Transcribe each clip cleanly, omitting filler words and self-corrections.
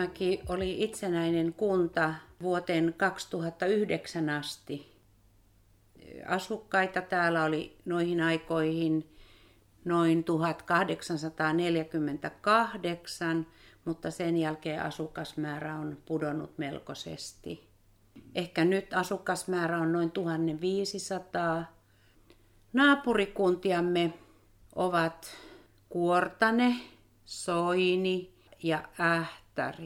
Lehtimäki oli itsenäinen kunta vuoteen 2009 asti. Asukkaita täällä oli noihin aikoihin noin 1848, mutta sen jälkeen asukasmäärä on pudonnut melkoisesti. Ehkä nyt asukasmäärä on noin 1500. Naapurikuntiamme ovat Kuortane, Soini ja Ähtäri.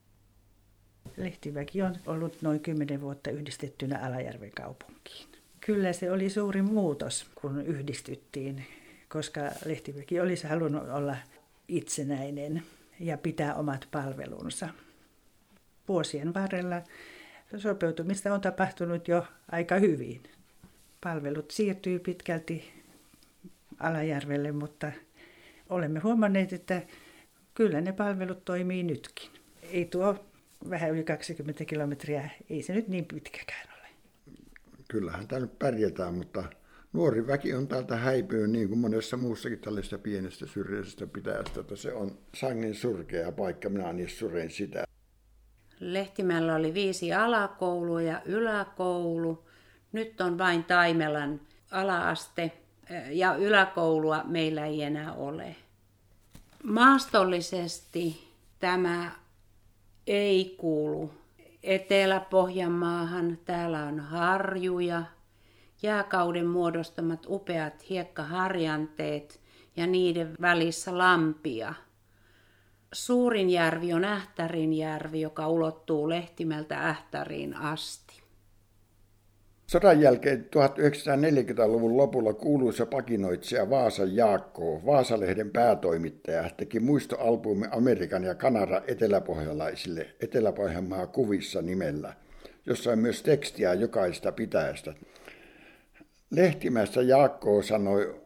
Lehtimäki on ollut noin 10 vuotta yhdistettynä Alajärven kaupunkiin. Kyllä se oli suuri muutos, kun yhdistyttiin, koska Lehtimäki olisi halunnut olla itsenäinen ja pitää omat palvelunsa. Vuosien varrella sopeutumista on tapahtunut jo aika hyvin. Palvelut siirtyy pitkälti Alajärvelle, mutta olemme huomanneet, että kyllä ne palvelut toimii nytkin. Ei tuo vähän yli 20 kilometriä, ei se nyt niin pitkäkään ole. Kyllähän täällä nyt pärjätään, mutta nuori väki on täältä häipynyt niin kuin monessa muussakin tällaisesta pienestä syrjäisestä pitäjästä, että se on sangen surkea paikka, minä niin suren sitä. Lehtimäellä oli 5 alakoulua ja yläkoulu. Nyt on vain Taimelan ala-aste ja yläkoulua meillä ei enää ole. Maastollisesti tämä ei kuulu Etelä-Pohjanmaahan. Täällä on harjuja, jääkauden muodostamat upeat hiekkaharjanteet ja niiden välissä lampia. Suurin järvi on Ähtärinjärvi, joka ulottuu Lehtimältä Ähtäriin asti. Sodan jälkeen 1940-luvun lopulla kuuluisa pakinoitsija Vaasan Jaakko, Vaasalehden päätoimittaja, teki muistoalbumin Amerikan ja Kanadan eteläpohjalaisille Etelä-Pohjanmaa kuvissa nimellä, jossa on myös tekstiä jokaisesta pitäjästä. Lehtimäessä Jaakko sanoi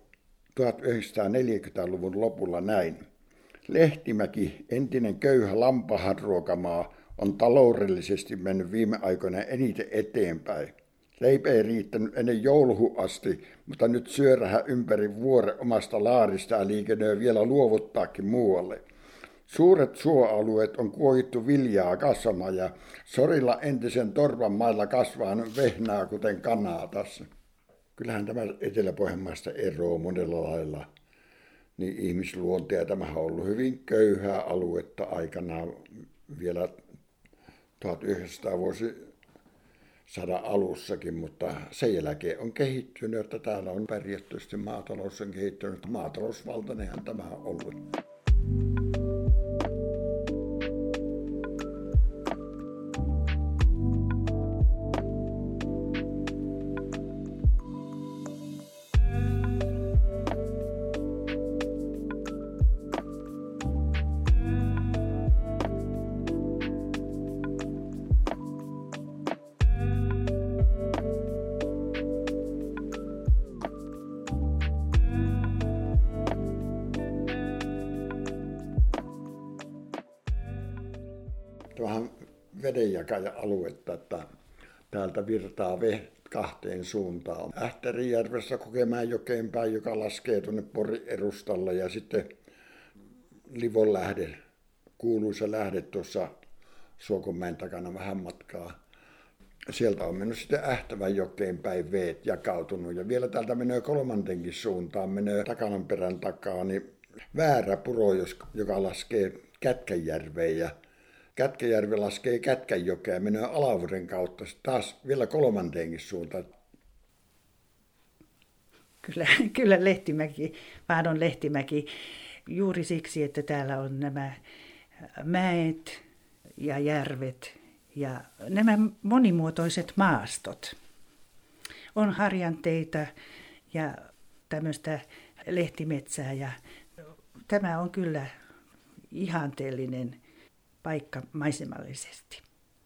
1940-luvun lopulla näin. Lehtimäki, entinen köyhä lampaanruokamaa, on taloudellisesti mennyt viime aikoina eniten eteenpäin. Leipä ei riittänyt ennen jouluun asti, mutta nyt syörähä ympäri vuoren omasta laarista ja liikennöi vielä luovuttaakin muualle. Suuret suoalueet on kuohittu viljaa kasvamaan ja sorilla entisen torpan mailla kasvaa vehnää kuten kanaa tässä. Kyllähän tämä Etelä-Pohjanmaasta eroaa monella lailla. Niin ihmisluonte ja tämähän on ollut hyvin köyhää aluetta aikanaan vielä 1900 vuosi 100 alussakin, mutta sen jälkeen on kehittynyt, että täällä on pärjätty, maatalous on kehittynyt. Maatalousvaltainenhan tämä on ollut. Tuohan vedenjakaja-aluetta, että täältä virtaa kahteen suuntaan. Ähtärinjärvessä Kokemäenjokeen päin, joka laskee tuonne Porin edustalle, ja sitten Livonlähde, kuuluisa lähde tuossa Suokonmäen takana vähän matkaa. Sieltä on mennyt sitten Ähtävänjokeen päin veet jakautunut, ja vielä täältä menee kolmantenkin suuntaan, menee Takananperän takaa, niin väärä puro, joka laskee Kätkänjärveen, ja Kätkäjärvi laskee Kätkänjokeen ja menee Alavuren kautta taas vielä kolmanteenkin suuntaan. Kyllä Lehtimäki, Vaadon Lehtimäki, juuri siksi, että täällä on nämä mäet ja järvet ja nämä monimuotoiset maastot. On harjanteita ja tämmöistä lehtimetsää ja tämä on kyllä ihanteellinen paikka maisemallisesti.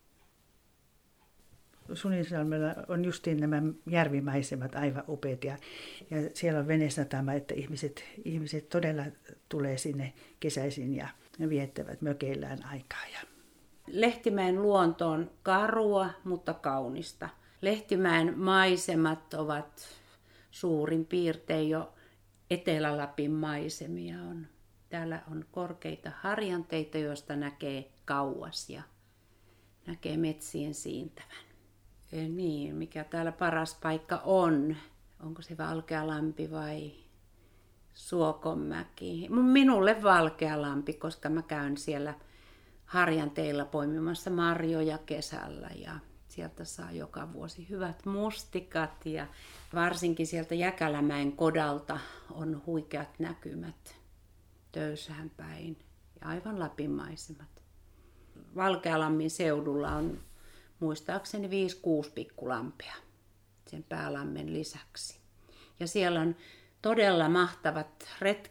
Suninsalmella on justiin nämä järvimaisemat aivan upeat ja siellä on venesatama, että ihmiset todella tulee sinne kesäisin ja viettävät mökeillään aikaa. Lehtimäen luonto on karua, mutta kaunista. Lehtimäen maisemat ovat suurin piirtein jo Etelä-Lapin maisemia. Täällä on korkeita harjanteita, joista näkee kauas ja näkee metsien siintävän. Niin, mikä täällä paras paikka on? Onko se Valkealampi vai Suokonmäki? Minulle Valkealampi, koska mä käyn siellä harjanteilla poimimassa marjoja kesällä ja sieltä saa joka vuosi hyvät mustikat ja varsinkin sieltä Jäkälämäen kodalta on huikeat näkymät Töysään päin ja aivan Lapin maisemat. Valkealammin seudulla on muistaakseni 5-6 pikkulampea sen päälammen lisäksi. Ja siellä on todella mahtavat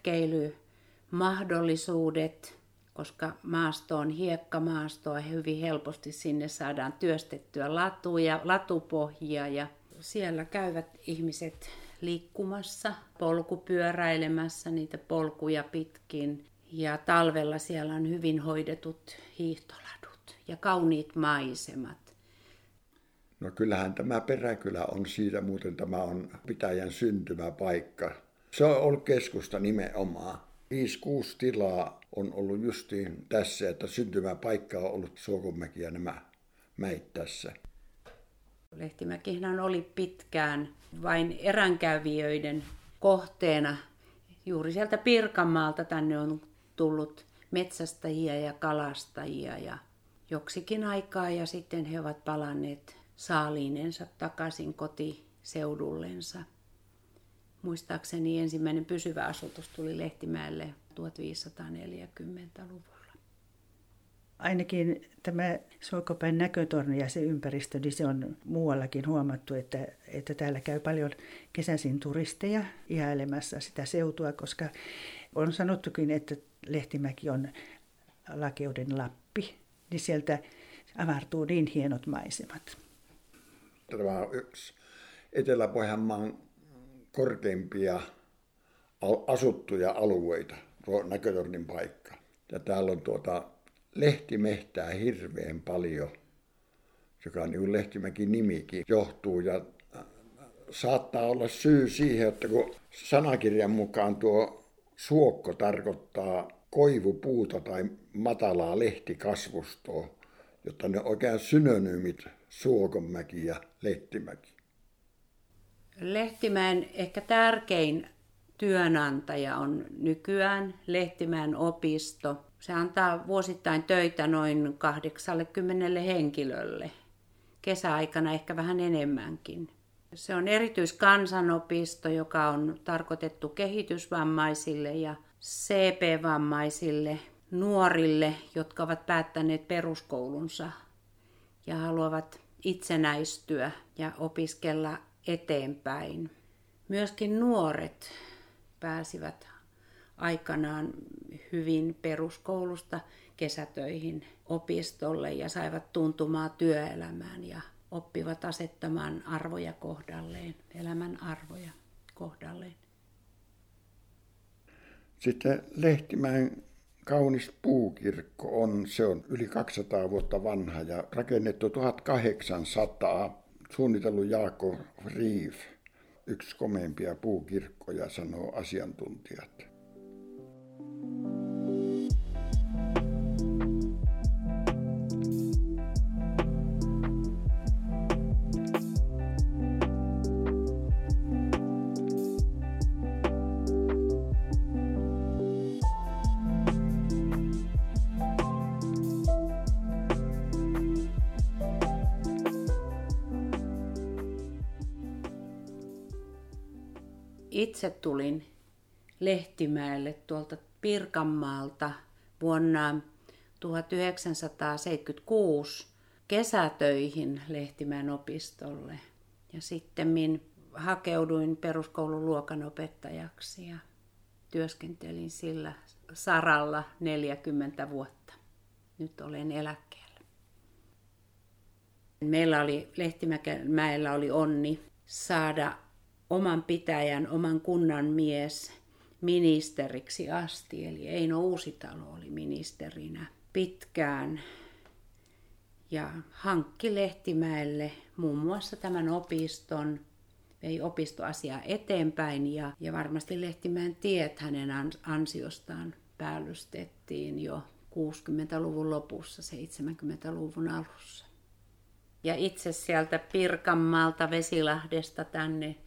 retkeilymahdollisuudet, koska maasto on hiekkamaastoa ja hyvin helposti sinne saadaan työstettyä latuja, latupohjia ja siellä käyvät ihmiset liikkumassa, polkupyöräilemässä niitä polkuja pitkin ja talvella siellä on hyvin hoidetut hiihtoladut ja kauniit maisemat. No kyllähän tämä Peräkylä on siitä, muuten tämä on pitäjän syntymäpaikka. Se on ollut keskusta nimenomaan. 5-6 tilaa on ollut justiin tässä, että syntymäpaikka on ollut Suokonmäki ja nämä mäit tässä. Lehtimäkihän oli pitkään vain eränkävijöiden kohteena. Juuri sieltä Pirkanmaalta tänne on tullut metsästäjiä ja kalastajia ja joksikin aikaa ja sitten he ovat palanneet saaliinensa takaisin kotiseudullensa. Muistaakseni ensimmäinen pysyvä asutus tuli Lehtimäelle 1540-luvulla. Ainakin tämä Suokopäin näkötorni ja se ympäristö, niin se on muuallakin huomattu, että täällä käy paljon kesäisin turisteja ihailemassa sitä seutua, koska on sanottukin, että Lehtimäki on lakeuden Lappi, niin sieltä avartuu niin hienot maisemat. Tämä on yksi Etelä-Pohjanmaan korkeimpia asuttuja alueita, tuo näkötornin paikka. Ja täällä on lehtimehtää hirveän paljon, joka on niin Lehtimäki nimikin johtuu. Ja saattaa olla syy siihen, että kun sanakirjan mukaan tuo suokko tarkoittaa koivupuuta tai matalaa lehtikasvustoa, jotta ne on oikein synonyymit Suokonmäki ja Lehtimäki. Lehtimäen ehkä tärkein työnantaja on nykyään Lehtimäen opisto. Se antaa vuosittain töitä noin 80 henkilölle. Kesäaikana ehkä vähän enemmänkin. Se on erityiskansanopisto, joka on tarkoitettu kehitysvammaisille ja CP-vammaisille nuorille, jotka ovat päättäneet peruskoulunsa ja haluavat itsenäistyä ja opiskella eteenpäin. Myöskin nuoret pääsivät aikanaan hyvin peruskoulusta kesätöihin opistolle ja saivat tuntumaa työelämään ja oppivat asettamaan arvoja kohdalleen, elämän arvoja kohdalleen. Sitten Lehtimäen kaunis puukirkko se on yli 200 vuotta vanha ja rakennettu 1800, suunnitellut Jaakko Riif. Yksi komeimpia puukirkkoja, sanoo asiantuntijat. Itse tulin Lehtimäelle tuolta Pirkanmaalta vuonna 1976 kesätöihin Lehtimäen opistolle. Ja sitten hakeuduin peruskoulun luokanopettajaksi ja työskentelin sillä saralla 40 vuotta. Nyt olen eläkkeellä. Meillä oli Lehtimäellä oli onni saada oman pitäjän, oman kunnan mies ministeriksi asti. Eli Eino Uusitalo oli ministerinä pitkään ja hankki Lehtimäelle muun muassa tämän opiston, vei opistoasiaa eteenpäin ja varmasti Lehtimäen tiet hänen ansiostaan päällystettiin jo 60-luvun lopussa, 70-luvun alussa. Ja itse sieltä Pirkanmaalta Vesilahdesta tänne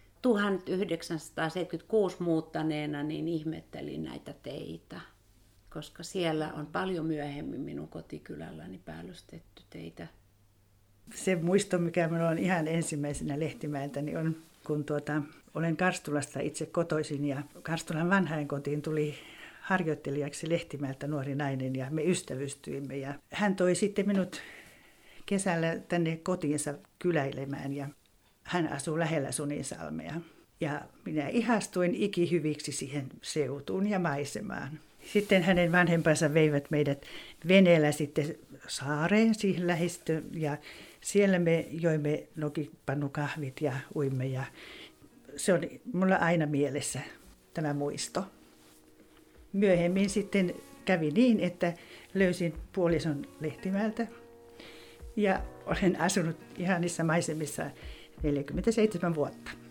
1976 muuttaneena niin ihmettelin näitä teitä, koska siellä on paljon myöhemmin minun kotikylälläni päällystetty teitä. Se muisto, mikä minulla on ihan ensimmäisenä Lehtimäeltä, niin on, kun olen Karstulasta itse kotoisin ja Karstulan vanhainkotiin tuli harjoittelijaksi Lehtimäeltä nuori nainen ja me ystävystyimme. Ja hän toi sitten minut kesällä tänne kotiinsa kyläilemään ja hän asuu lähellä Suninsalmea. Ja minä ihastuin ikihyviksi siihen seutuun ja maisemaan. Sitten hänen vanhempansa veivät meidät veneellä sitten saareen siihen lähistöön ja siellä me joimme nokipannukahvit ja uimme ja se on mulla aina mielessä tämä muisto. Myöhemmin sitten kävi niin, että löysin puolison Lehtimäeltä ja olen asunut ihan niissä maisemissa 47 vuotta.